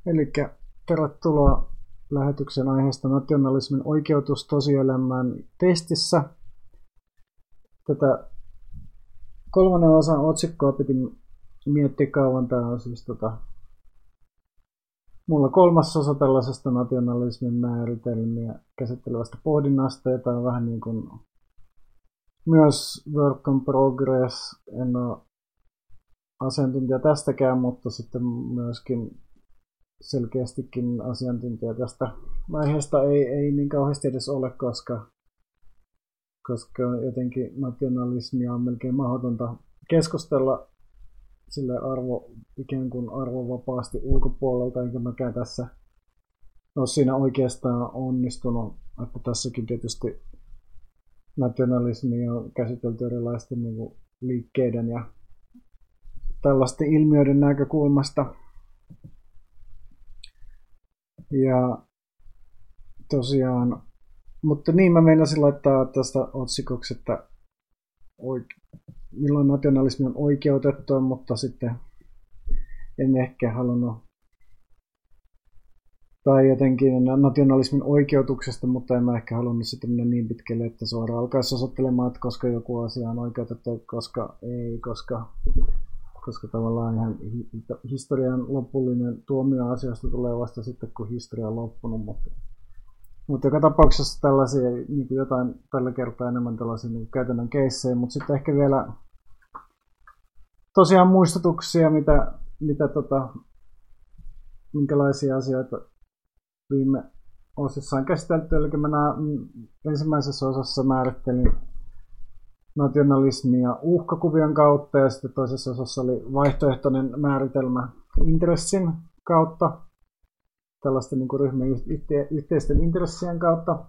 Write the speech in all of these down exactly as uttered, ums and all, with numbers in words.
Eli tervetuloa lähetyksen aiheesta nationalismin oikeutus tosielämään testissä. Tätä kolmannen osan otsikkoa piti miettiä kauan. Tämä on siis tota, mulla kolmas osa tällaisesta nationalismin määritelmiä käsittelevästä pohdinnasta, ja tämä on vähän niin kuin myös work in progress. En ole asiantuntija tästäkään, mutta sitten myöskin selkeästikin asiantuntija tästä aiheesta ei, ei niin kauheasti edes ole, koska, koska jotenkin nationalismia on melkein mahdotonta keskustella sille arvo, ikään kuin arvovapaasti ulkopuolelta, enkä mäkään tässä ole siinä oikeastaan onnistunut, että tässäkin tietysti nationalismia on käsitelty erilaisten niin kuin liikkeiden ja tällaisten ilmiöiden näkökulmasta. Ja tosiaan, mutta niin mä meinasin laittaa tästä otsikoksi, että oike- milloin nationalismi on oikeutettua, mutta sitten en ehkä halunnut, tai jotenkin nationalismin oikeutuksesta, mutta en mä ehkä halunnut sitten mennä niin pitkälle, että suoraan alkaisi osoittelemaan, että koska joku asia on oikeutettu, koska ei, koska, koska tavallaan ihan historian lopullinen tuomio asiasta tulee vasta sitten, kun historia on loppunut, mutta Mutta joka tapauksessa tällaisia, niin kuin jotain tällä kertaa enemmän tällaisia niin käytännön keissejä, mutta sitten ehkä vielä tosiaan muistutuksia, mitä, mitä tota, minkälaisia asioita viime osissa on käsitelty. Eli mä nää, ensimmäisessä osassa määrittelin nationalismia uhkakuvion kautta, ja sitten toisessa osassa oli vaihtoehtoinen määritelmä intressin kautta, tällaisten niin kuin ryhmän yhte, yhteisten intressien kautta.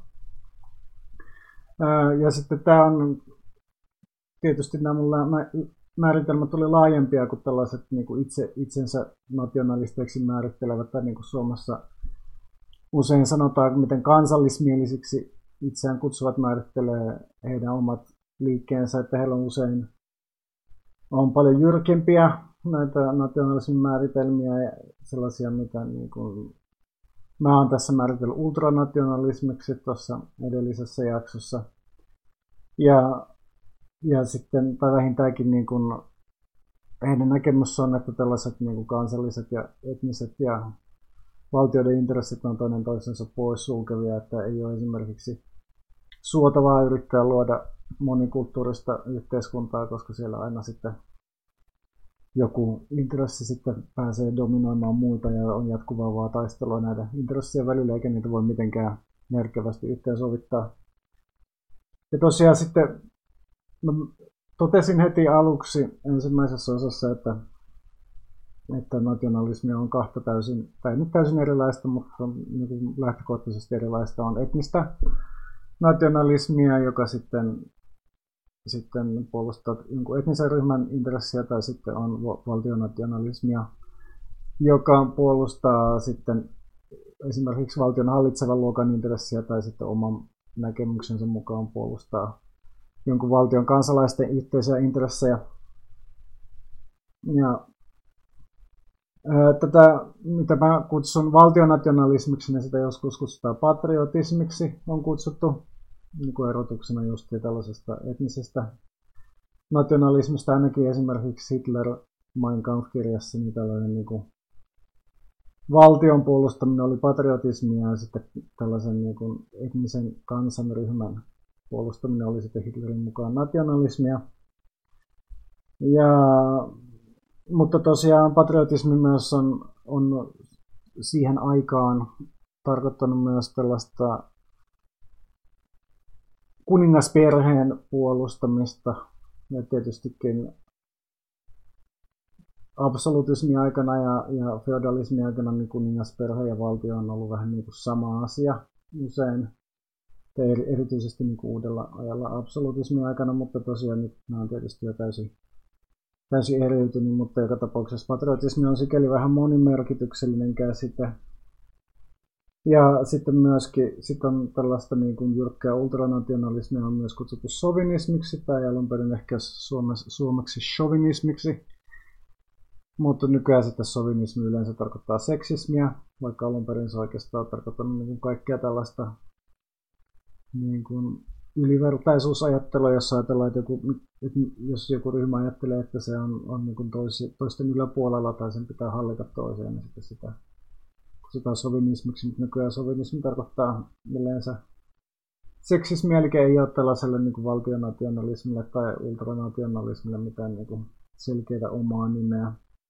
Ää, ja sitten tämä on, tietysti nämä mun määritelmät tuli laajempia kuin tällaiset niin kuin itse, itsensä nationalisteiksi määrittelevät, tai niin kuin Suomessa usein sanotaan, miten kansallismielisiksi itseään kutsuvat määrittelee heidän omat liikkeensä, että heillä on usein on paljon jyrkempiä näitä nationalismin määritelmiä ja sellaisia, mitä niin kuin mä oon tässä määritellyt ultranationalismiksi tuossa edellisessä jaksossa. Ja, ja sitten, tai vähintäänkin niin kuin, heidän näkemys on, että tällaiset niin kuin kansalliset ja etniset ja valtioiden intressit on toinen toisensa poissulkevia, että ei ole esimerkiksi suotavaa yrittää luoda monikulttuurista yhteiskuntaa, koska siellä aina sitten joku intressi sitten pääsee dominoimaan muita ja on jatkuvaa vaan taistelua näiden intressien välillä, eikä niitä voi mitenkään järkevästi yhteensovittaa. Ja tosiaan sitten no, totesin heti aluksi ensimmäisessä osassa, että, että nationalismi on kahta täysin, tai nyt täysin erilaista, mutta niin lähtökohtaisesti erilaista on etnistä nationalismia, joka sitten sitten puolustaa etnisen ryhmän intressiä, tai sitten on valtionationalismia, joka puolustaa sitten esimerkiksi valtion hallitsevan luokan intressiä, tai sitten oman näkemyksensä mukaan puolustaa jonkun valtion kansalaisten yhteisiä intressejä. Ja ää, tätä, mitä mä kutsun valtionationalismiksi, niin sitä joskus kutsutaan patriotismiksi, on kutsuttu niin kuin erotuksena just tällaisesta etnisestä nationalismista, ainakin esimerkiksi Hitler Mein Kampf-kirjassa, niin tällainen niin kuin valtion puolustaminen oli patriotismia, ja sitten tällaisen niin kuin etnisen kansanryhmän puolustaminen oli sitten Hitlerin mukaan nationalismia. Ja, mutta tosiaan patriotismi myös on, on siihen aikaan tarkoittanut myös tällaista kuningasperheen puolustamista, ja tietystikin absolutismin aikana ja, ja feodalismin aikana niin kuningasperhe ja valtio on ollut vähän niin kuin sama asia usein, erityisesti niin kuin uudella ajalla absolutismin aikana, mutta tosiaan nyt nämä on tietysti jo täysin, täysin eriytynyt, mutta joka tapauksessa patriotismi on sikäli vähän monimerkityksellinen käsite. Ja sitten myöskin sit on tällaista niin kuin jyrkkää ultranationalismia on myös kutsuttu sovinismiksi, tai alun perin ehkä suomeksi, suomeksi chauvinismiksi. Mutta nykyään sitten sovinismi yleensä tarkoittaa seksismiä, vaikka alun perin se oikeastaan tarkoittaa niin kaikkea tällaista niin kuin ylivertaisuusajattelua, jossa ajatellaan, että, joku, että jos joku ryhmä ajattelee, että se on, on niin kuin toisi, toisten yläpuolella tai sen pitää hallita toiseen, niin sitten sitä kutsutaan sovinismiksi, mutta nykyään sovinismi tarkoittaa yleensä seksismiä, eli ei ole tällaiselle niin kuin valtionationalismille tai ultranationalismille mitään niin kuin selkeää omaa nimeä.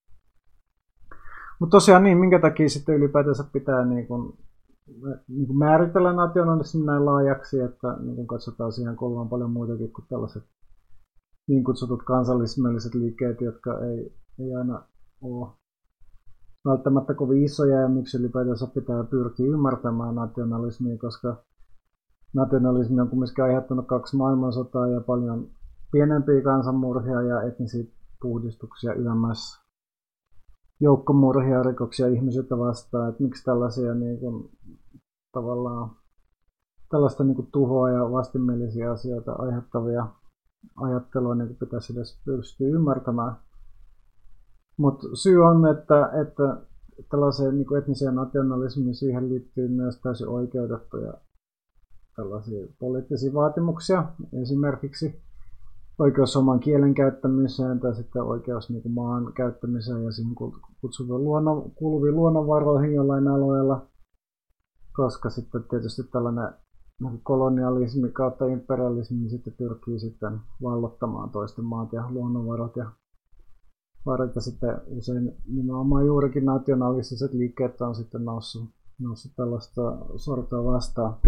Mutta tosiaan niin, minkä takia sitten ylipäätänsä pitää niin kuin, niin kuin määritellä nationalismi näin laajaksi, että niin kuin katsotaan siihen kolmaan paljon muitakin kuin tällaiset niin kutsutut kansallismieliset liikkeet, jotka ei, ei aina ole välttämättä kovin isoja, ja miksi ylipäätänsä pitää pyrkiä ymmärtämään nationalismia, koska nationalismi on kumminkin aiheuttanut kaksi maailmansotaa ja paljon pienempiä kansanmurhia ja etnisiä puhdistuksia ylemmäs, joukkomurhia, rikoksia ihmisyyttä vastaan, että miksi tällaisia niin kuin, tavallaan tällaista niin kuin, tuhoa ja vastenmielisiä asioita aiheuttavia ajattelua niin kuin pitäisi edes pystyä ymmärtämään. Mutta syy on, että, että tällaiseen niin kuin etniseen nationalismiin siihen liittyy myös täysin oikeutettuja tällaisia poliittisia vaatimuksia, esimerkiksi oikeus oman kielen käyttämiseen tai sitten oikeus niin kuin maan käyttämiseen ja siihen kutsuviin luonnon, kuuluviin luonnonvaroihin jollain alueella, koska sitten tietysti tällainen niin kolonialismi kautta imperialismi sitten pyrkii sitten vallottamaan toisten maat ja luonnonvarat ja varat ja sitten usein nimenomaan juurikin nationalistiset liikkeet on sitten noussut, noussut tällaista sortoa vastaan.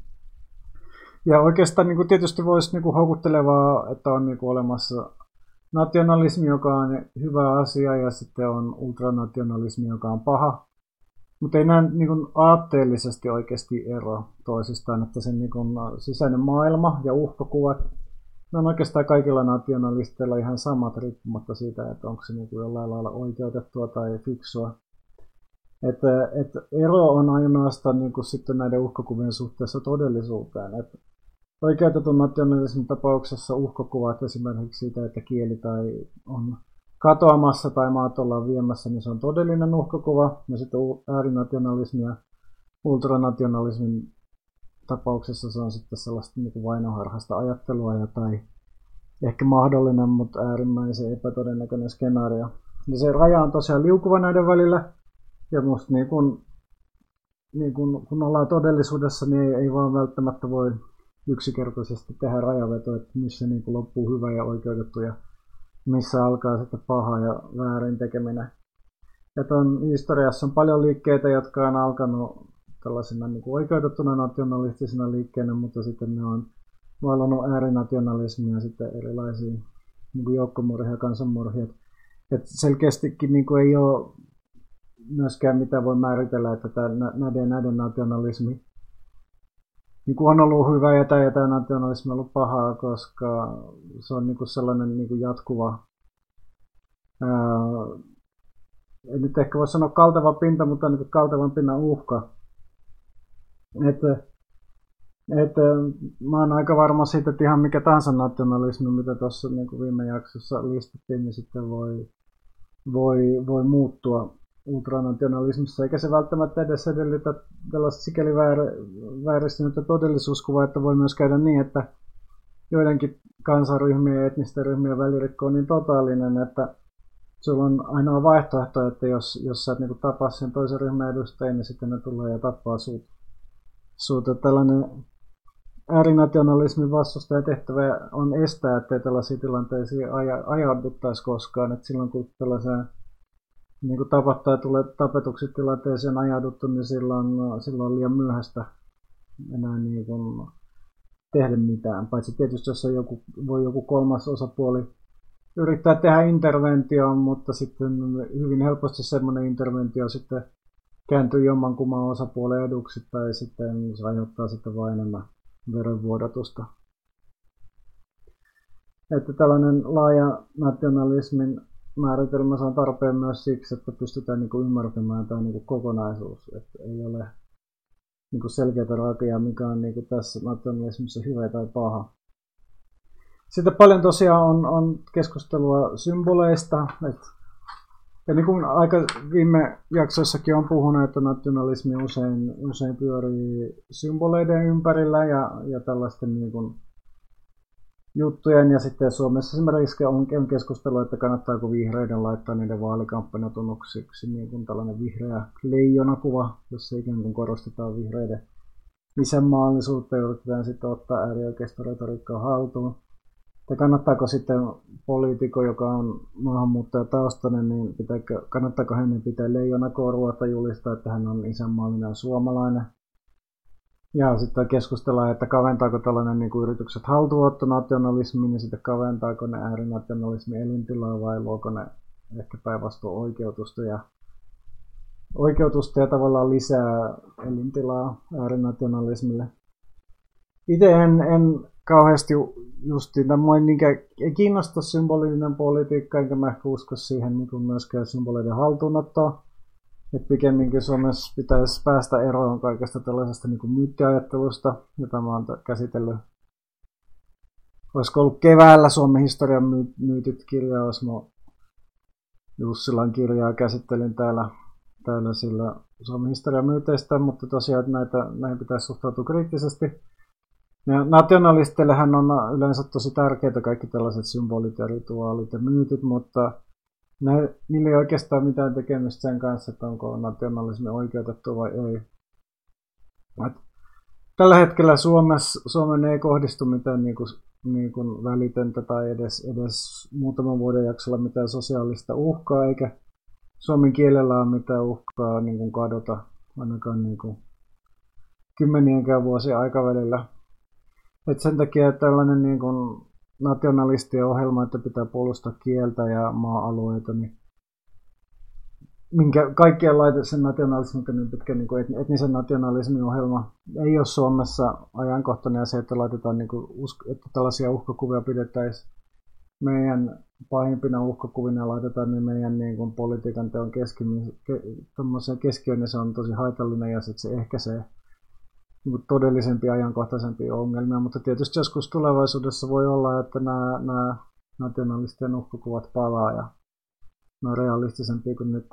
Ja oikeastaan niin kuin tietysti voisi niin kuin houkuttelevaa, että on niin kuin olemassa nationalismi, joka on hyvä asia, ja sitten on ultranationalismi, joka on paha. Mutta ei näe niin kuin aatteellisesti oikeasti ero toisistaan, että sen niin kuin sisäinen maailma ja uhkakuvat, ne on oikeastaan kaikilla nationalisteilla ihan samat riippumatta siitä, että onko se niin kuin jollain lailla oikeutettua tai fiksua. Että, että ero on ainoastaan niin kuin sitten näiden uhkakuvien suhteessa todellisuuteen. Että oikeutetun nationalismin tapauksessa uhkakuvat esimerkiksi siitä, että kieli tai on katoamassa tai maat ollaan viemässä, niin se on todellinen uhkakuva. Ja sitten äärinationalismi ja ultranationalismin tapauksessa se on sitten sellaista niin kuin vainoharhaista ajattelua ja tai ehkä mahdollinen, mutta äärimmäisen epätodennäköinen skenaario. Ja se raja on tosiaan liukuva näiden välillä. Ja musta niin kun, niin kun, kun ollaan todellisuudessa, niin ei, ei vaan välttämättä voi yksinkertaisesti tehdä rajaveto, että missä niin kun loppuu hyvä ja oikeutettu ja missä alkaa sitten paha ja väärin tekeminen. Että on, historiassa on paljon liikkeitä, jotka on alkanut tällaisena niin kuin oikeutettuna nationalistisena liikkeenä, mutta sitten ne on vallannut äärinationalismia ja sitten erilaisia niin kuin joukkomurhia ja kansanmurhia. Et selkeästikin niin kuin ei ole myöskään mitä voi määritellä, että tämä, näiden, näiden nationalismi niin kuin on ollut hyvä ja tämä, ja tämä nationalismi on ollut pahaa, koska se on niin kuin sellainen niin kuin jatkuva, ää, ei nyt ehkä voi sanoa kalteva pinta, mutta niin kuin kaltevan pinnan uhka. Että, että mä oon aika varma siitä, että ihan mikä tahansa nationalismi, mitä tuossa niin kuin viime jaksossa listattiin, niin sitten voi, voi, voi muuttua ultranationalismissa, eikä se välttämättä edes edellytä tällaista sikäli vääristynyttä todellisuuskuvaa, että voi myös käydä niin, että joidenkin kansanryhmien ja etnisten ryhmien välirikko on niin totaalinen, että sulla on ainoa vaihtoehto, että jos, jos sä et niin tapaa sen toisen ryhmän edustajia, niin sitten ne tulee ja tappaa sut. sut. Tällainen äärinationalismin vastustajan tehtävä on estää, ettei tällaisia tilanteisiin aja, ajauduttaisi koskaan. Et silloin kun tällaiseen niin kuin tapattaa ja tulee tapetuksi tilanteeseen ajauduttu, niin silloin, silloin on liian myöhäistä enää niin kuin tehdä mitään. Paitsi tietysti, jos on joku, voi joku kolmas osapuoli yrittää tehdä interventioon, mutta sitten hyvin helposti semmoinen interventio sitten kääntyy jommankumman osapuolen eduksi, tai sitten se aiheuttaa sitten vain enemmän verenvuodatusta. Että tällainen laaja nationalismin määritelmä on tarpeen myös siksi, että pystytään niin kuin ymmärtämään tämä niin kuin kokonaisuus, että ei ole niin kuin selkeää rajaa, mikä on niin kuin tässä nationalismissa hyvä tai paha. Sitten paljon tosiaan on, on keskustelua symboleista, että Ja niin kuin aika viime jaksoissakin on puhunut, että nationalismi usein, usein pyörii symboleiden ympärillä ja, ja tällaisten niin kuin juttujen. Ja sitten Suomessa esimerkiksi on, on keskustelu, että kannattaako vihreiden laittaa niiden vaalikampanjatunnuksiksi niin kuin tällainen vihreä leijonakuva, jossa ikään kuin korostetaan vihreiden isänmaallisuutta ja yritetään sitten ottaa äärioikeistoretoriikkaa haltuun. Ja kannattaako sitten poliitikko, joka on maahanmuuttajataustainen, niin pitääkö, kannattaako hänen pitää leijonakorua tai julistaa, että hän on isänmaallinen suomalainen. Ja sitten keskustellaan, että kaventaako tällainen niin kuin yritykset haltuunotto nationalismiin, niin sitten kaventaako ne äärinationalismin elintilaa vai luoko ne ehkä päinvastoin oikeutusta ja, oikeutusta ja tavallaan lisää elintilaa äärinationalismille. Itse en, en kauheasti justiin, tämä ei kiinnosta symbolinen politiikka, enkä mä ehkä usko siihen niin kuin myöskään symboleiden haltuunottoa. Että pikemminkin Suomessa pitäisi päästä eroon kaikesta tällaisesta niin kuin myyttiajattelusta, jota mä oon käsitellyt. Olisiko ollut keväällä Suomen historian myytit kirjaa, Osmo Jussilan kirjaa käsittelin täällä, täällä sillä Suomen historian myyteistä, mutta tosiaan että näitä, näihin pitäisi suhtautua kriittisesti. Ja nationalisteillehän on yleensä tosi tärkeitä kaikki tällaiset symbolit ja rituaalit ja myytit, mutta ne, niillä ei oikeastaan mitään tekemistä sen kanssa, että onko nationalismi oikeutettu vai ei. Et tällä hetkellä Suomessa, Suomen ei kohdistu mitään niin kuin, niin kuin välitöntä tai edes, edes muutaman vuoden jaksolla mitään sosiaalista uhkaa, eikä suomen kielellä ole mitään uhkaa niin kuin kadota ainakaan niin kuin kymmenienkään vuosien aikavälillä. Et sen takia tällainen niin kuin nationalistien ohjelma, että pitää puolustaa kieltä ja maa-alueita, niin minkä kaikkien laite sen nationalismin, niin pitkä niin kuin etnisen nationalismin ohjelma ei ole Suomessa ajankohtainen, ja se, että laitetaan niin kuin, että tällaisia uhkakuvia pidettäisiin meidän pahimpina uhkakuvina ja laitetaan ne meidän niin kuin politiikan teon keskiöön, niin se on tosi haitallinen ja sitten se ehkäisee todellisempia ajankohtaisempia ongelmia, mutta tietysti joskus tulevaisuudessa voi olla, että nämä, nämä nationalistien uhkakuvat palaa ja ne on realistisempia kuin nyt.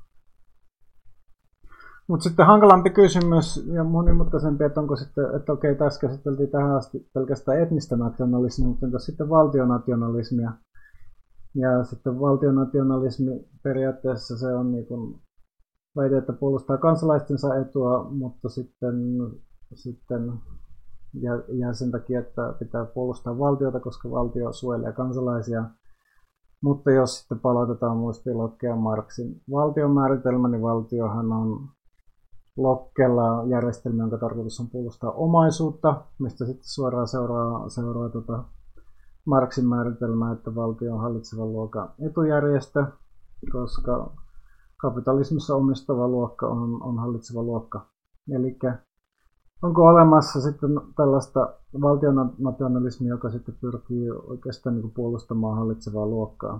Mutta sitten hankalampi kysymys ja monimutkaisempi, että onko sitten, että okei, tässä käsiteltiin tähän asti pelkästään etnistä nationalismia, mutta entäs sitten valtionationalismia. Ja sitten valtionationalismi periaatteessa se on niin kuin väite, että puolustaa kansalaistensa etua, mutta sitten, sitten ja, ja sen takia, että pitää puolustaa valtiota, koska valtio suojelee kansalaisia. Mutta jos sitten palautetaan muistilokkeja Marxin valtion määritelmä, niin valtiohan on Lokkeella järjestelmä, jonka tarkoitus on puolustaa omaisuutta, mistä sitten suoraan seuraa, seuraa tuota Marxin määritelmää, että valtio on hallitsevan luokan etujärjestö, koska kapitalismissa omistava luokka on, on hallitseva luokka. Eli onko olemassa sitten tällaista valtionationalismia, joka sitten pyrkii oikeastaan niin kuin puolustamaan hallitsevaa luokkaa?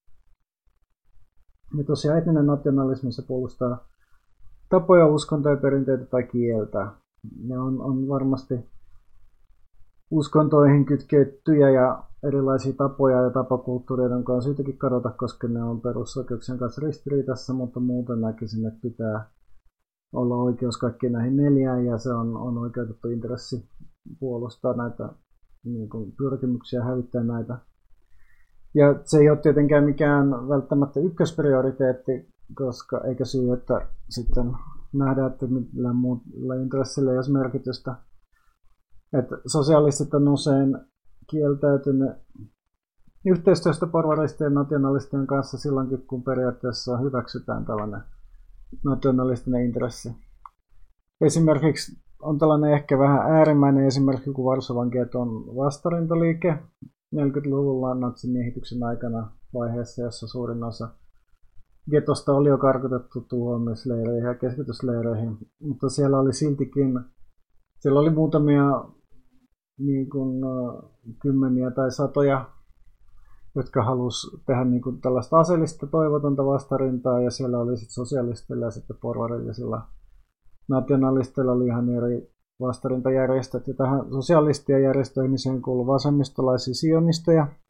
Ja tosiaan etninen nationalismi se puolustaa tapoja, uskontoja, perinteitä tai kieltä. Ne on, on varmasti uskontoihin kytkettyjä ja erilaisia tapoja ja tapakulttuureita, jonka on syytäkin kadota, koska ne on perusoikeuksien kanssa ristiriidassa, mutta muuten näkisin, että pitää olla oikeus kaikkiin näihin neljään ja se on, on oikeutettu intressi puolustaa näitä niin kuin pyrkimyksiä hävittää näitä. Ja se ei ole tietenkään mikään välttämättä ykkösprioriteetti, koska eikä syy, että sitten nähdään, että millään muulla intressillä ei ole merkitystä. Että sosialistit on usein kieltäytynyt yhteistyöstä porvaristien ja nationalistien kanssa silloinkin, kun periaatteessa hyväksytään tällainen nationalistinen intressi. Esimerkiksi on tällainen ehkä vähän äärimmäinen esimerkki kuin Varsovan geton vastarintaliike neljäkymmentäluvulla natsin miehityksen aikana vaiheessa, jossa suurin osa getosta oli jo karkotettu tuhoamisleireihin ja keskitysleireihin, mutta siellä oli siltikin, siellä oli muutamia niin kuin, kymmeniä tai satoja, jotka halusi tehdä niin kuin tällaista aseellista toivotonta vastarintaa, ja siellä oli sitten sosialisteilla ja sitten porvarillisilla nationalisteilla oli ihan eri vastarintajärjestöt, ja tähän sosialistien järjestöihin kuului vasemmistolaisia sionisteja,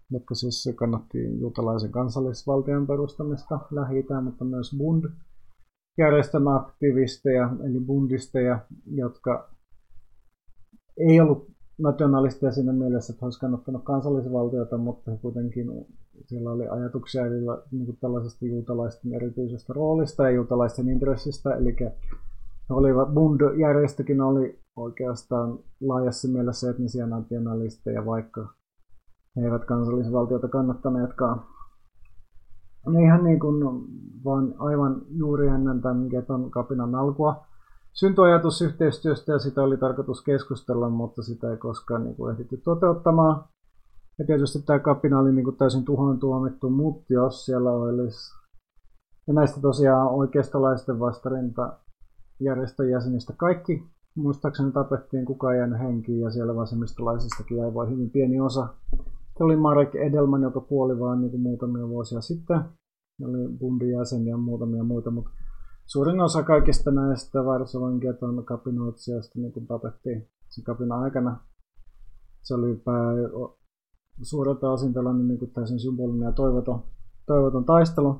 jotka siis kannatti juutalaisen kansallisvaltion perustamista Lähi-Itään, mutta myös Bund-järjestön aktivisteja, eli bundisteja, jotka ei ollut nationalisteja siinä mielessä, että he olisivat kannattanut kansallisvaltiota, mutta he kuitenkin siellä oli ajatuksia eli niin kuin tällaisesta juutalaisten erityisestä roolista ja juutalaisten intressistä, eli olivat, Bund-järjestökin oli oikeastaan laajassa mielessä etnisiä nationalisteja, vaikka he eivät kansallisvaltiota kannattaneetkaan. Ne ihan niin kuin vaan aivan juuri ennen tämän Geton kapinan alkua syntyi ajatus yhteistyöstä ja sitä oli tarkoitus keskustella, mutta sitä ei koskaan niin kuin ehditty toteuttamaan. Ja tietysti tämä kapina oli niin kuin täysin tuhoon tuomittu, mutta jos siellä olisi... Ja näistä tosiaan oikeistolaisten vastarintajärjestön jäsenistä kaikki muistaakseni tapettiin, kukaan ei jäänyt henkiin ja siellä vasemmistolaisistakin jäi vain hyvin pieni osa. Se oli Marek Edelman, joka kuoli vain niin kuin muutamia vuosia sitten. Oli Bundin jäsen ja muutamia muita, mutta suurin osa kaikista näistä Varsovan Geton kapinoitsijoista niin kuin tapettiin sen kapinan aikana. Se oli pää, suurelta osin tällainen niin kuin täysin symbolinen ja toivoton, toivoton taistelu.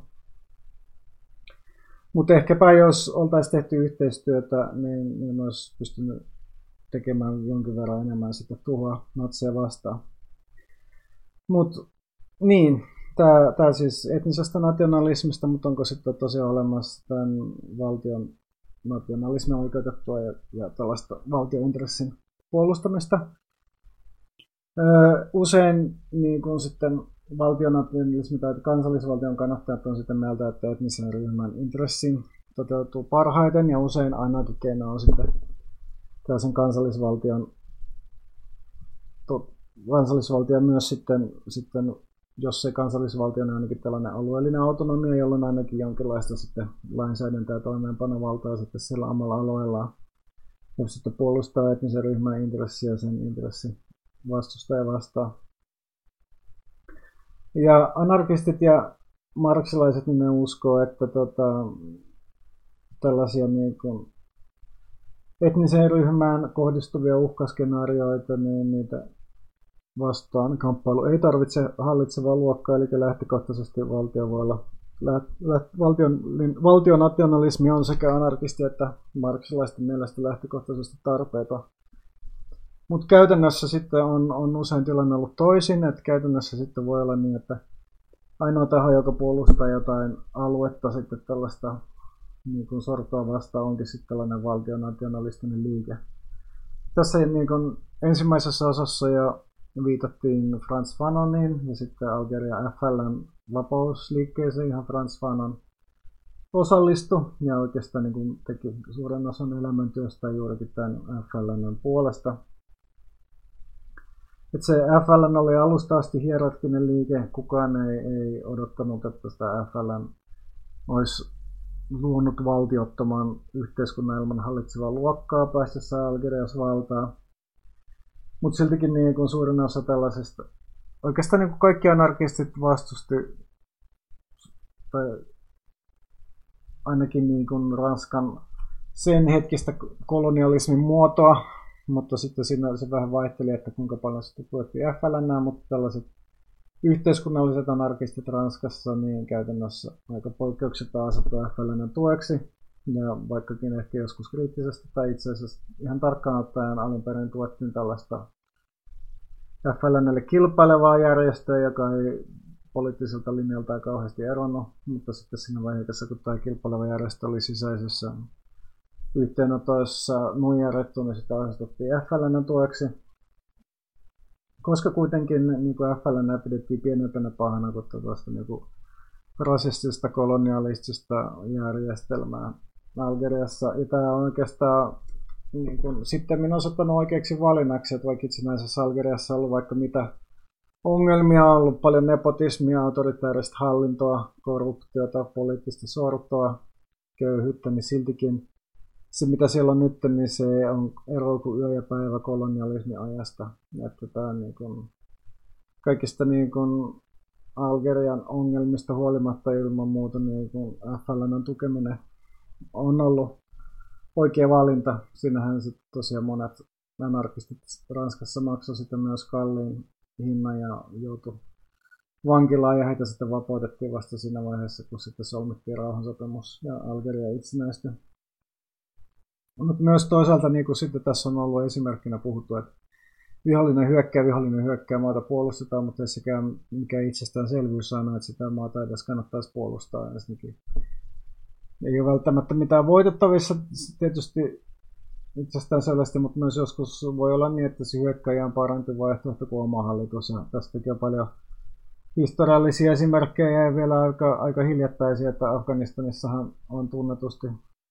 Mutta ehkäpä jos oltaisiin tehty yhteistyötä, niin, niin olisi pystynyt tekemään jonkin verran enemmän sitä tuhoa natseja vastaan. Mutta niin, tämä siis etnisestä nationalismista, mutta onko sitten tosiaan olemassa tämän valtion nationalismin oikeutettua ja, ja tällaista valtiointressin puolustamista. Öö, usein niin kun sitten valtionationalismi tai kansallisvaltion kannattajat on sitä mieltä, että etnisen ryhmän intressi toteutuu parhaiten ja usein ainoakin keino on sitten tällaisen kansallisvaltion, to, kansallisvaltion myös sitten, sitten, jos se kansallisvaltio on ainakin tällainen alueellinen autonomia, jolloin ainakin jonkinlaista sitten lainsäädäntöä ja toimeenpanovaltaa sitten siellä omalla alueellaan ja sitten puolustaa etnisen ryhmän intressiä ja sen intressin vastustaja vastaan. Ja anarkistit ja marksilaiset niin ne uskoo, että tota, tällaisia niin kuin etniseen ryhmään kohdistuvia uhkaskenaarioita, niin niitä vastaan kamppailu ei tarvitse hallitsevaa luokkaa, eli lähtökohtaisesti valtio voi olla, lä, lä, valtion, valtionationalismi on sekä anarkisti että marksilaisten mielestä lähtökohtaisesti tarpeeton. Mutta käytännössä sitten on, on usein tilanne ollut toisin, että käytännössä sitten voi olla niin, että ainoa taho, joka puolustaa jotain aluetta sitten tällaista niin kuin sortoa vastaan, onkin sitten tällainen valtionationalistinen liike. Tässä niin kuin ensimmäisessä osassa jo viitattiin Frantz Fanoniin ja sitten Algeria F L:n vapausliikkeeseen, ihan Frantz Fanon osallistui ja oikeastaan niin kuin teki suuren osan elämäntyöstä juurikin tämän F L:n puolesta. Et se F L oli alusta asti hierarkkinen liike, kukaan ei, ei odottanut, että sitä F L olisi luonut valtiottoman yhteiskunnan ilman hallitsevaa luokkaa päästessä Algeriassa valtaa. Mutta siltikin niin kun suurin osa tällaisesta, oikeastaan niin kaikki anarkistit vastusti, tai ainakin niin kun Ranskan sen hetkistä kolonialismin muotoa, mutta sitten siinä se vähän vaihteli, että kuinka paljon sitten tuettiin F L N, mutta tällaiset yhteiskunnalliset anarkistit Ranskassa niin käytännössä aika poikkeuksetta asettua F L N tueksi. Ja vaikkakin ehkä joskus kriittisesti tai itse asiassa ihan tarkkaan ottaen alun perin tuettiin tällaista F L N:lle kilpailevaa järjestöä, joka ei poliittiselta linjaltaan kauheasti eronnut, mutta sitten siinä vaiheessa, kun tämä kilpaileva järjestö oli sisäisessä yhteenotoissa nuijarettu, niin sitä asetettiin F L N:n tueksi. Koska kuitenkin niin kuin F L N pidettiin pienempänä pahana kuin tällaista niin kuin rasistista, kolonialistista järjestelmää Algeriassa. Ja tämä on oikeastaan niin kuin, sitten minä olen ottanut oikeaksi valinnaksi, että vaikka itsenäisessä Algeriassa on ollut vaikka mitä ongelmia, on ollut paljon nepotismia, autoritaarista hallintoa, korruptiota, poliittista sortoa, köyhyyttä, niin siltikin se, mitä siellä on nyt, niin se on ero kuin yö ja päivä kolonialismin ajasta. Että tämä niin kuin, kaikista niin kuin Algerian ongelmista huolimatta ilman muuta niin kuin F L N:n tukeminen on ollut oikea valinta. Siinähän sitten tosiaan monet anarkistit Ranskassa maksoivat sitten myös kalliin hinnan ja joutui vankilaan ja heitä sitten vapautettiin vasta siinä vaiheessa, kun sitten solmittiin rauhansopimus ja Algeria itsenäistyi. Mutta myös toisaalta niin kuin sitten tässä on ollut esimerkkinä puhuttu, että vihollinen hyökkää, vihollinen hyökkää, maata puolustetaan, mutta ei sekään mikään itsestäänselvyys aina, että sitä maata edes kannattaisi puolustaa. Ei ole välttämättä mitään voitettavissa tietysti itsestäänselvästi, mutta myös joskus voi olla niin, että se hyökkäjä on parempi vaihtoehto kuin oma hallitus. Ja tästäkin on paljon historiallisia esimerkkejä ja vielä aika, aika hiljattaisia, että Afganistanissahan on tunnetusti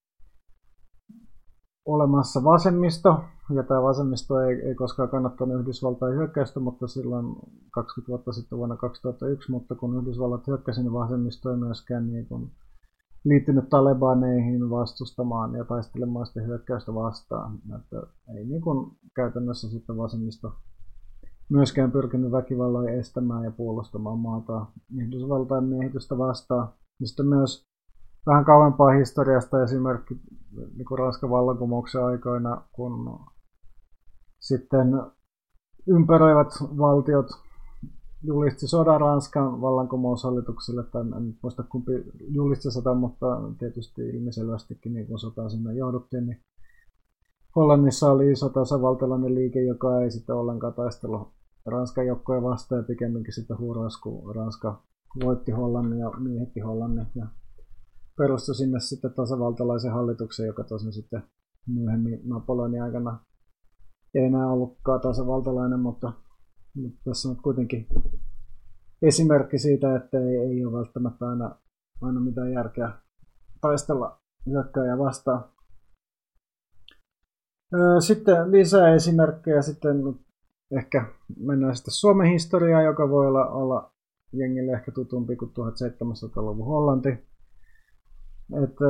olemassa vasemmisto, ja tämä vasemmisto ei, ei koskaan kannattanut Yhdysvaltain hyökkäystä, mutta silloin kaksikymmentä vuotta sitten vuonna kaksituhattayksi, mutta kun Yhdysvallat hyökkäsi, niin vasemmisto ei myöskään niin kuin liittynyt Talebaneihin vastustamaan ja taistelemaan sitä hyökkäystä vastaan. Että ei niin kuin käytännössä sitten vasemmisto myöskään pyrkinyt väkivallalla estämään ja puolustamaan maata Yhdysvaltain miehitystä vastaan. Ja sitten myös vähän kauempaa historiasta esimerkki niin kuin Ranskan vallankumouksen aikoina, kun sitten ympäröivät valtiot julisti sodan Ranskan vallankumoushallitukselle, tai en muista kumpi julisti sodan, mutta tietysti ilmiselvästikin niin kun sotaan sinne jouduttiin, niin Hollannissa oli iso tasavaltalainen liike, joka ei sitten ollenkaan taistelu Ranskan joukkoja vastaan, ja pikemminkin sitten huuraus, kun Ranska voitti Hollannin ja miehitti Hollannin, ja perustui sinne sitten tasavaltalaisen hallituksen, joka tosin sitten myöhemmin Napoleonin aikana ei enää ollutkaan tasavaltalainen, mutta, mutta tässä on kuitenkin esimerkki siitä, että ei, ei ole välttämättä aina, aina mitään järkeä taistella hyökkääjää vastaan. Sitten lisää esimerkkejä, sitten ehkä mennään sitten Suomen historiaan, joka voi olla, olla jengille ehkä tutumpi kuin tuhatseitsemänsataaluvun Hollanti. Että,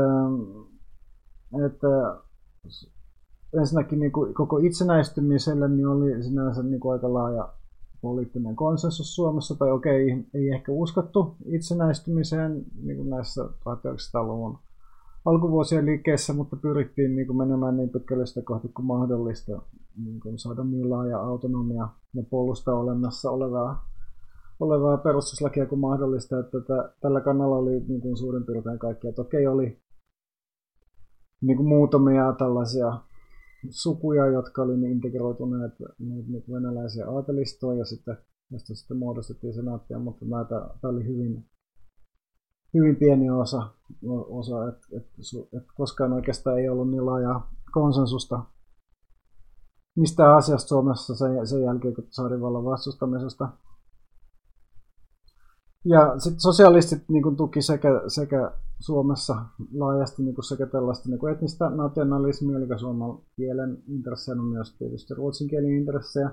että ensinnäkin niin kuin koko itsenäistymiselle niin oli sinänsä niin kuin aika laaja poliittinen konsensus Suomessa, tai okei, ei ehkä uskottu itsenäistymiseen niin kuin näissä tuhatyhdeksänsataaluvun alkuvuosien liikkeissä, mutta pyrittiin niin kuin menemään niin pitkälle sitä kohti kuin mahdollista, niin kuin saada niin laaja autonomia ja puolustaa olemassa olevaa, olevaa perustuslakia kuin mahdollista, että tätä, tällä kannalla oli niin kuin suurin piirtein kaikki. Että okei, oli niin kuin muutamia tällaisia sukuja, jotka oli niin integroituneet niin, niin venäläisiä aatelistoja, ja sitten, josta sitten muodostettiin senaattia, mutta näitä, tämä oli hyvin, hyvin pieni osa, osa että et, et koskaan oikeastaan ei ollut niin laajaa konsensusta mistään asiasta Suomessa sen, sen jälkeen, kun tsaarivallan vastustamisesta. Ja sitten sosialistit niin kuin tuki sekä, sekä Suomessa laajasti niin kuin sekä tällaista niin kuin etnistä nationalismia, eli suomen kielen intressejä, on myös tietysti ruotsin kielen intressejä.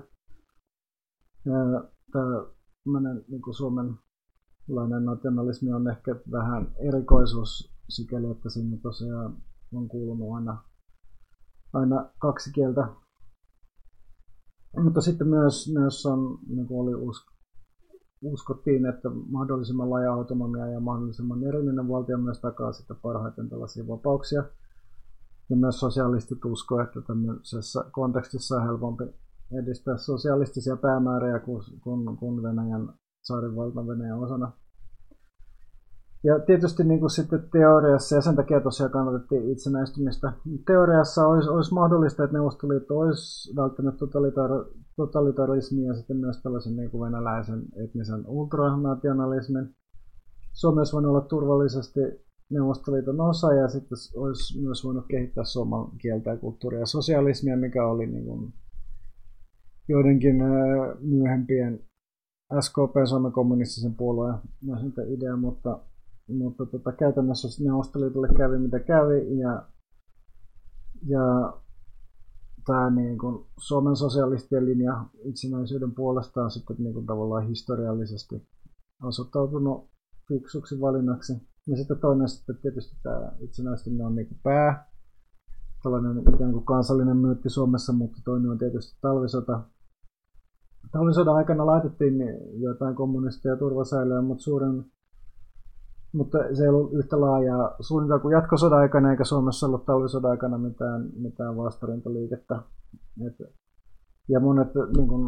Tämä niin kuin suomenlainen nationalismi on ehkä vähän erikoisuus sikäli, että sinne tosiaan on kuulunut aina, aina kaksi kieltä. Mutta sitten myös, myös on, niin kuin oli usko, uskottiin, että mahdollisimman laaja autonomia ja mahdollisimman erillinen valtio myös takaa sitten parhaiten tällaisia vapauksia. Ja myös sosialistit uskoo, että tämmöisessä kontekstissa on helpompi edistää sosialistisia päämääriä kuin, kuin Venäjän tsaarinvalta Venäjän osana. Ja tietysti niin kuin sitten teoriassa, ja sen takia tosiaan kannatettiin itsenäistymistä, teoriassa olisi, olisi mahdollista, että Neuvostoliitto olisi välttänyt totalitar- totalitarismin ja sitten myös tällaisen niin kuin venäläisen etnisen ultranationalismin. Suomi olisi voinut olla turvallisesti Neuvostoliiton osa, ja sitten olisi myös voinut kehittää suomen kieltä ja kulttuuria ja sosialismia, mikä oli niin kuin joidenkin myöhempien S K P, Suomen kommunistisen puolueen idea, mutta Mutta tota, käytännössä Neuvostoliitolle kävi mitä kävi, ja, ja tämä niin kuin Suomen sosialistien linja itsenäisyyden puolesta on sitten niin kuin tavallaan historiallisesti osoittautunut fiksuksi valinnaksi. Ja sitten toinen sitten tietysti tämä itsenäistyminen on niin kuin pää, tällainen ikään kuin kansallinen myytti Suomessa, mutta toinen on tietysti talvisota. Talvisodan aikana laitettiin jotain kommunisteja turvasäilöön, mutta suurin Mutta se ei ollut yhtä laajaa suunnitelmaa kuin jatkosodan aikana, eikä Suomessa ollut talvisodan aikana mitään, mitään vastarintaliikettä. Et, ja monet niin kun,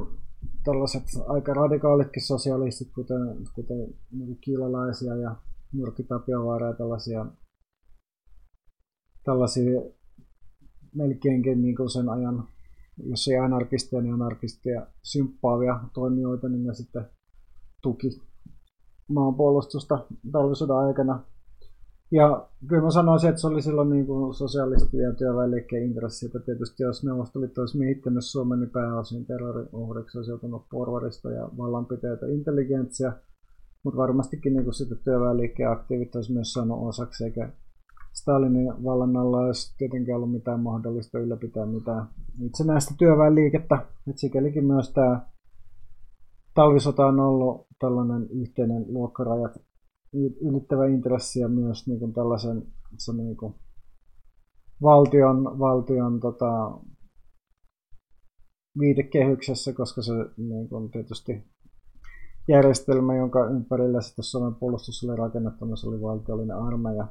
tällaiset aika radikaalitkin sosialistit, kuten, kuten niin kiilalaisia ja Jyrki Tapiovaara ja tällaisia, tällaisia melkeinkin niin kuin sen ajan, jos ei anarkisteja, niin anarkistia symppaavia toimijoita, niin ne sitten tuki maanpuolustusta talvisodan aikana. Ja kyllä mä sanoisin, että se oli silloin niin kuin sosialistien ja työväenliikkeen intressi, että tietysti jos Neuvostoliitto olisi miehittänyt Suomen, niin pääosin terrorin uhriksi olisi joutunut porvarista ja vallanpitäjätä intelligentsia, mutta varmastikin niin kuin sitten työväenliikkeen aktiivit olisi myös saanut osaksi, eikä Stalinin vallan alla olisi tietenkään ollut mitään mahdollista ylläpitää mitään itsenäistä työväenliikettä. Et sikälikin myös tämä talvisota on ollut tällainen yhteinen luokkarajat ylittävä intressi ja myös niin kuin tällaisen niin kuin valtion, valtion tota, viitekehyksessä, koska se niin kuin tietysti järjestelmä, jonka ympärillä sitten Suomen puolustus oli rakennettu, se oli valtiollinen armeija.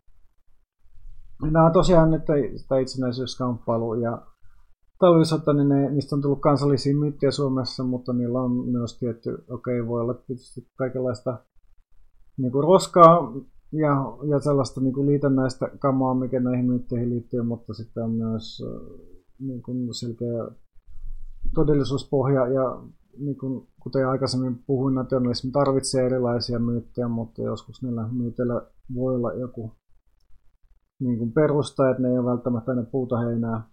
Nämä on tosiaan nyt tämä itsenäisyyskamppailu ja talvisota, niin ne, niistä on tullut kansallisia myyttejä Suomessa, mutta niillä on myös tietty, okei, okay, voi olla tietysti kaikenlaista niin kuin roskaa ja, ja sellaista niin kuin liitännäistä kamaa, mikä näihin myytteihin liittyy, mutta sitten on myös niin kuin selkeä todellisuuspohja ja niin kuin, kuten aikaisemmin puhuin, nationalismi tarvitsee erilaisia myyttejä, mutta joskus niillä myyteillä voi olla joku niin kuin perusta, että ne ei ole välttämättä aina puuta heinää.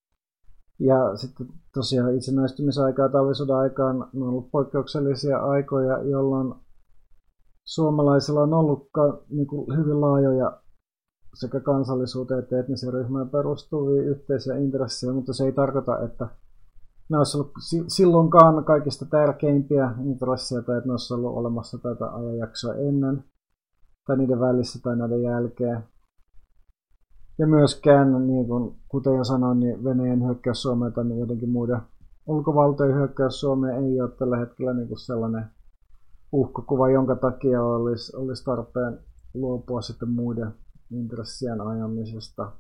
Ja sitten tosiaan itsenäistymisaikaa ja talvisodan aikaan on ollut poikkeuksellisia aikoja, jolloin suomalaisilla on ollut niin kuin hyvin laajoja sekä kansallisuuteen että etnisen ryhmään perustuvia yhteisiä intressejä, mutta se ei tarkoita, että ne olisi ollut silloinkaan kaikista tärkeimpiä intressejä tai että ne olisi ollut olemassa tätä ajanjaksoa ennen tai niiden välissä tai näiden jälkeen. Ja myöskään, niin kuin, kuten jo sanoin, niin Venäjän hyökkäys Suomeen tai niin jotenkin muiden ulkovaltojen hyökkäys Suomeen ei ole tällä hetkellä niin kuin sellainen uhkakuva, jonka takia olisi, olisi tarpeen luopua sitten muiden intressien ajamisesta.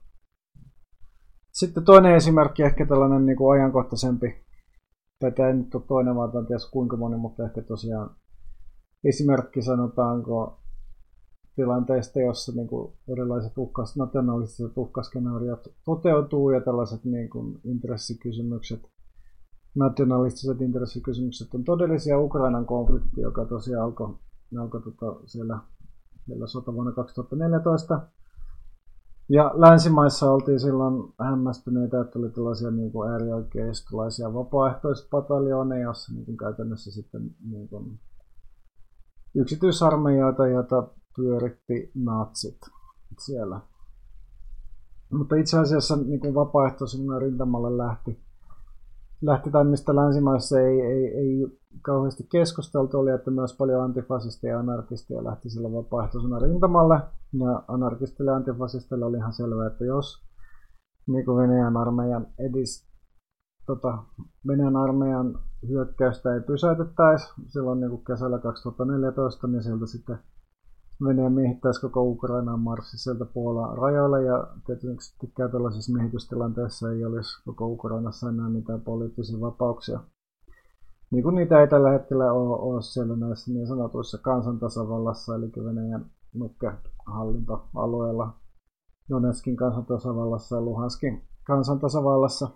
Sitten toinen esimerkki, ehkä tällainen niin kuin ajankohtaisempi, tai tämä ei nyt ole toinen, vaan en tiedä kuinka moni, mutta ehkä tosiaan esimerkki sanotaanko tilanteesta, jossa niin kuin erilaiset uhkas, nationalistiset uhkaskenaariot toteutuu ja tällaiset niin kuin intressikysymykset, nationalistiset intressikysymykset on todellisia. Ukrainan konflikti, joka tosiaan alkoi, alkoi tota siellä, siellä sotavuonna kaksituhattaneljätoista. Ja länsimaissa oltiin silloin hämmästyneitä, että oli tällaisia niin kuin äärioikeistolaisia vapaaehtoispataljooneja, joissa niin kuin käytännössä sitten niin kuin yksityisarmeijoita, joita pyöritti natsit siellä. Mutta itse asiassa niin kuin vapaaehtoisena rintamalle lähti, lähti tai mistä länsimaissa ei, ei, ei kauheasti keskusteltu, oli, että myös paljon antifasisteja ja anarkisteja lähti sillä vapaaehtoisena rintamalle. Ja anarkisteille ja antifasisteille oli ihan selvää, että jos niin kuin Venäjän armeijan edis, tota, Venäjän armeijan hyökkäystä ei pysäytettäisi silloin niin kuin kesällä kaksituhattaneljätoista, niin sieltä sitten Venäjä miehittäisi koko Ukrainaan marssi sieltä Puolan rajoille, ja tietysti tällaisessa miehitystilanteessa ei olisi koko Ukrainassa enää mitään poliittisia vapauksia. Niin kuin niitä ei tällä hetkellä ole, ole siellä näissä niin sanotuissa kansantasavallassa, eli Venäjän nukkehallintoalueella, Donetskin kansantasavallassa ja Luhanskin kansantasavallassa.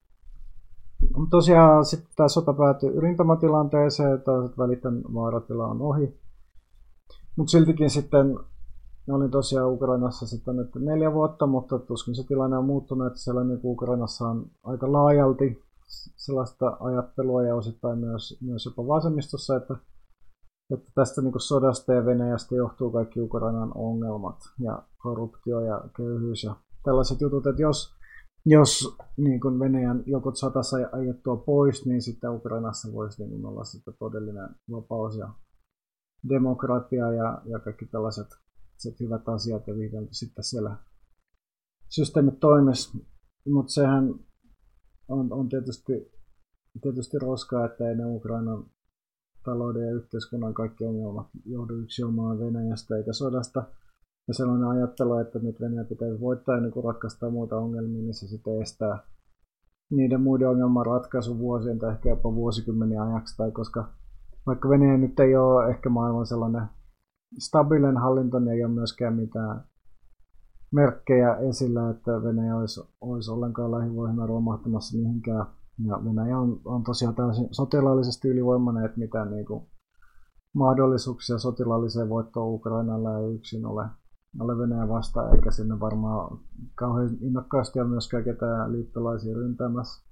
Tosiaan sitten tämä sota päätyi rintamatilanteeseen, että välitön vaaratila on ohi. Mutta siltikin sitten olin tosiaan Ukrainassa sitten nyt neljä vuotta, mutta tuskin se tilanne on muuttunut, että siellä niin Ukrainassa on aika laajalti sellaista ajattelua ja osittain myös, myös jopa vasemmistossa, että, että tästä niin kuin sodasta ja Venäjästä johtuu kaikki Ukrainan ongelmat ja korruptio ja köyhyys ja tällaiset jutut, että jos, jos niin kuin Venäjän joukot satassa ajettua pois, niin sitten Ukrainassa voisi niin olla sitten todellinen vapaus ja demokratia ja, ja kaikki tällaiset hyvät asiat ja vihdoin sitten siellä systeemit toimisi. Mutta sehän on, on tietysti, tietysti roskaa, että ei ne Ukrainan talouden ja yhteiskunnan kaikki ongelmat johdu yksinomaan Venäjästä eikä sodasta. Ja sellainen ajattelu, että nyt Venäjä pitää voittaa ennen kuin ratkaistaan muita ongelmia, niin se sitten estää niiden muiden ongelman ratkaisu vuosien tai ehkä jopa vuosikymmeniä ajaksi, tai koska vaikka Venäjä nyt ei ole ehkä maailman sellainen stabiilinen hallinto, niin ei ole myöskään mitään merkkejä esillä, että Venäjä olisi, olisi ollenkaan lähivuosina romahtamassa mihinkään. Ja Venäjä on, on tosiaan täysin sotilaallisesti ylivoimainen, että mitään niin kuin mahdollisuuksia sotilaalliseen voittoon Ukrainalla ei yksin ole, ole Venäjä vastaan, eikä sinne varmaan kauhean innokkaasti ole myöskään ketään liittolaisia ryntäämässä.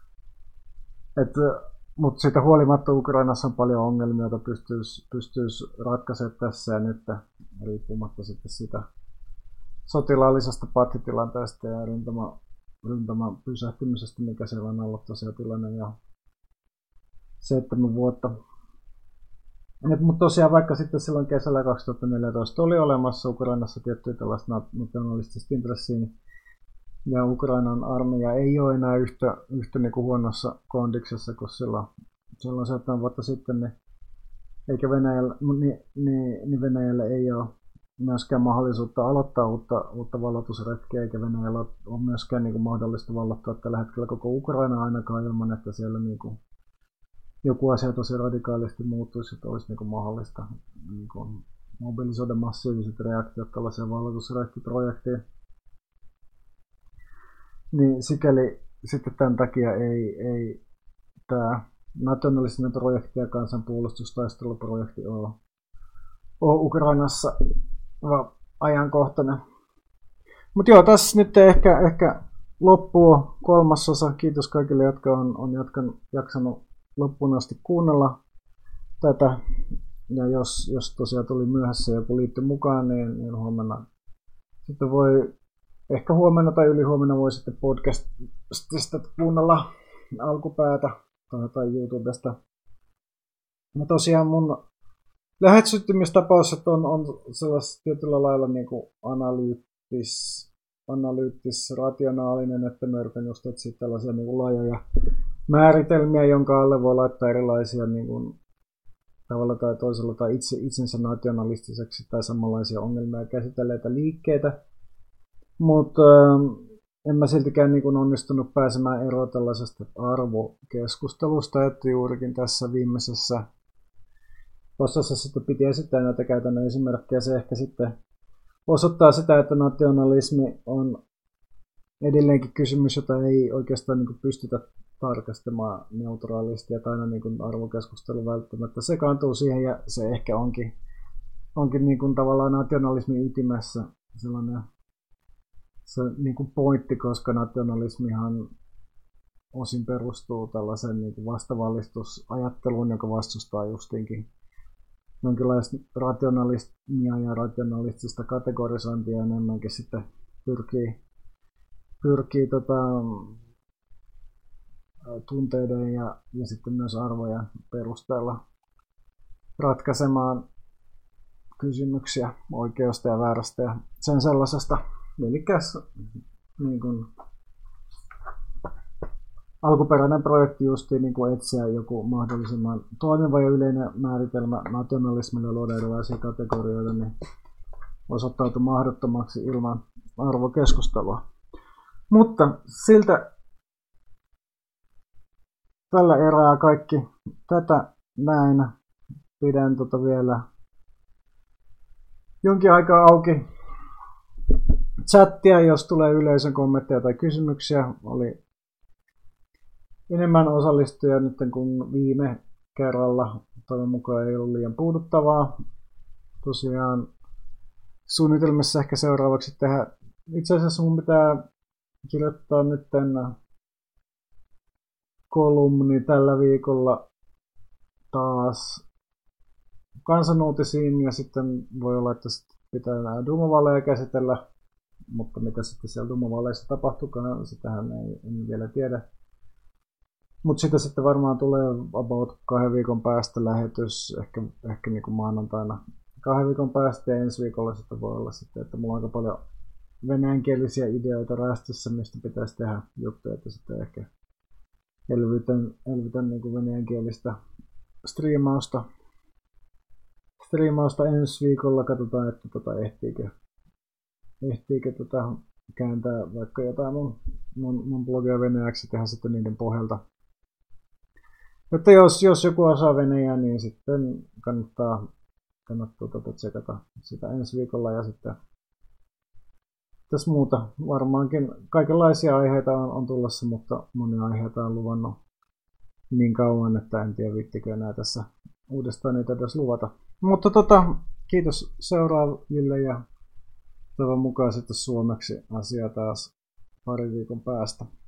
Mutta siitä huolimatta Ukrainassa on paljon ongelmia, joita pystyisi, pystyisi ratkaisemaan tässä ja nyt, riippumatta sitten sitä sotilaallisesta pattitilanteesta ja rintaman, rintaman pysähtymisestä, mikä siellä on ollut tosiaan tilanne ja seitsemän vuotta. Mutta tosiaan vaikka sitten silloin kesällä kaksituhattaneljätoista oli olemassa Ukrainassa tiettyä tällaista nationalistista intressiä, ja Ukrainan armeija ei ole enää yhtä, yhtä niin kuin huonossa kondiksessa kuin silloin, silloin seitsemän vuotta sitten, niin, eikä Venäjällä, niin, niin, niin Venäjällä ei ole myöskään mahdollisuutta aloittaa uutta, uutta valloitusretkeä, eikä Venäjällä ole myöskään niin kuin mahdollista vallottaa tällä hetkellä koko Ukraina ainakaan ilman, että siellä niin kuin joku asia tosi radikaalisti muuttuisi, että olisi niin kuin mahdollista niin kuin mobilisoida massiiviset reaktiot tällaiseen valloitusretkiprojektiin. Niin sikäli sitten tämän takia ei, ei tämä nationalistinen projekti ja kansanpuolustustaisteluprojekti ole, ole Ukrainassa ajankohtainen. Mutta joo, tässä nyt ehkä, ehkä loppuu kolmas osa. Kiitos kaikille, jotka on, on jatkan, jaksanut loppuun asti kuunnella tätä. Ja jos, jos tosiaan tuli myöhässä ja joku liittyi mukaan, niin, niin huomenna sitten voi, ehkä huomenna tai ylihuomenna voi sitten podcastista kuunnella alkupäätä tai, tai YouTubesta. Ja tosiaan mun lähestymistapaus on, on sellaista tietyllä lailla niin kuin analyyttis, analyyttis, rationaalinen, että mä yritän just etsiä tällaisia niin kuin laajoja määritelmiä, jonka alle voi laittaa erilaisia niin kuin, tavalla tai toisella tai itse, itsensä nationalistiseksi tai samanlaisia ongelmia käsitelleitä liikkeitä. Mutta äh, en mä siltikään niin kuin onnistunut pääsemään eroon tällaisesta arvokeskustelusta, että juurikin tässä viimeisessä osassa sitten piti esittää näitä käytännön esimerkkejä. Se ehkä sitten osoittaa sitä, että nationalismi on edelleenkin kysymys, jota ei oikeastaan niin kuin pystytä tarkastamaan neutraalisti, ja aina niin kuin arvokeskustelu välttämättä sekaantuu siihen, ja se ehkä onkin, onkin niin kuin tavallaan nationalismin ytimessä sellainen se niin kuin pointti, koska nationalismihan osin perustuu tällaiseen niin kuin vastavallistusajatteluun, joka vastustaa justinkin jonkinlaista rationalismia ja rationalistista kategorisointia enemmänkin sitten pyrkii, pyrkii tota, tunteiden ja, ja sitten myös arvojen perusteella ratkaisemaan kysymyksiä oikeasta ja väärästä ja sen sellaisesta. Eli niin kuin alkuperäinen projekti justiin niin kuin etsiä joku mahdollisimman toimiva ja yleinen määritelmä nationalismille luoda erilaisia kategorioita, niin osoittautui mahdottomaksi ilman arvokeskustelua. Mutta siltä tällä erää kaikki tätä näin. Pidän tota vielä jonkin aikaa auki chattia, jos tulee yleisön kommentteja tai kysymyksiä. Oli enemmän osallistujia nyt kuin viime kerralla. Toivon mukaan ei ollut liian puuduttavaa. Tosiaan suunnitelmassa ehkä seuraavaksi tehdä. Itse asiassa mun pitää kirjoittaa nyt kolumni tällä viikolla taas kansanuutisiin, ja sitten voi olla, että pitää nämä Duma-vaaleja käsitellä, mutta mitä sitten siellä Duma-vaaleissa tapahtuukaan, sitähän ei, en vielä tiedä. Mutta sitä sitten varmaan tulee about kahden viikon päästä lähetys, ehkä, ehkä niin kuin maanantaina kahden viikon päästä, ja ensi viikolla sitten voi olla sitten, että mulla on aika paljon venäjänkielisiä ideoita rästissä, mistä pitäisi tehdä juttuja, että sitten ehkä elvytän, elvytän niin kuin venäjänkielistä striimausta. Striimausta ensi viikolla, katsotaan, että tota ehtiikö, ehtiikö tota kääntää vaikka jotain mun, mun, mun blogia venäjäksi, tehdä sitten niiden pohjalta. Että jos, jos joku osaa venäjää, niin sitten kannattaa, kannattaa tuota tsekata sitä ensi viikolla. Ja sitten tässä muuta varmaankin kaikenlaisia aiheita on, on tulossa, mutta monia aiheita on luvannut niin kauan, että en tiedä viittikö enää tässä uudestaan niitä edes luvata. Mutta tota, kiitos seuraaville ja toivon mukaan sitten suomeksi asia taas pari viikon päästä.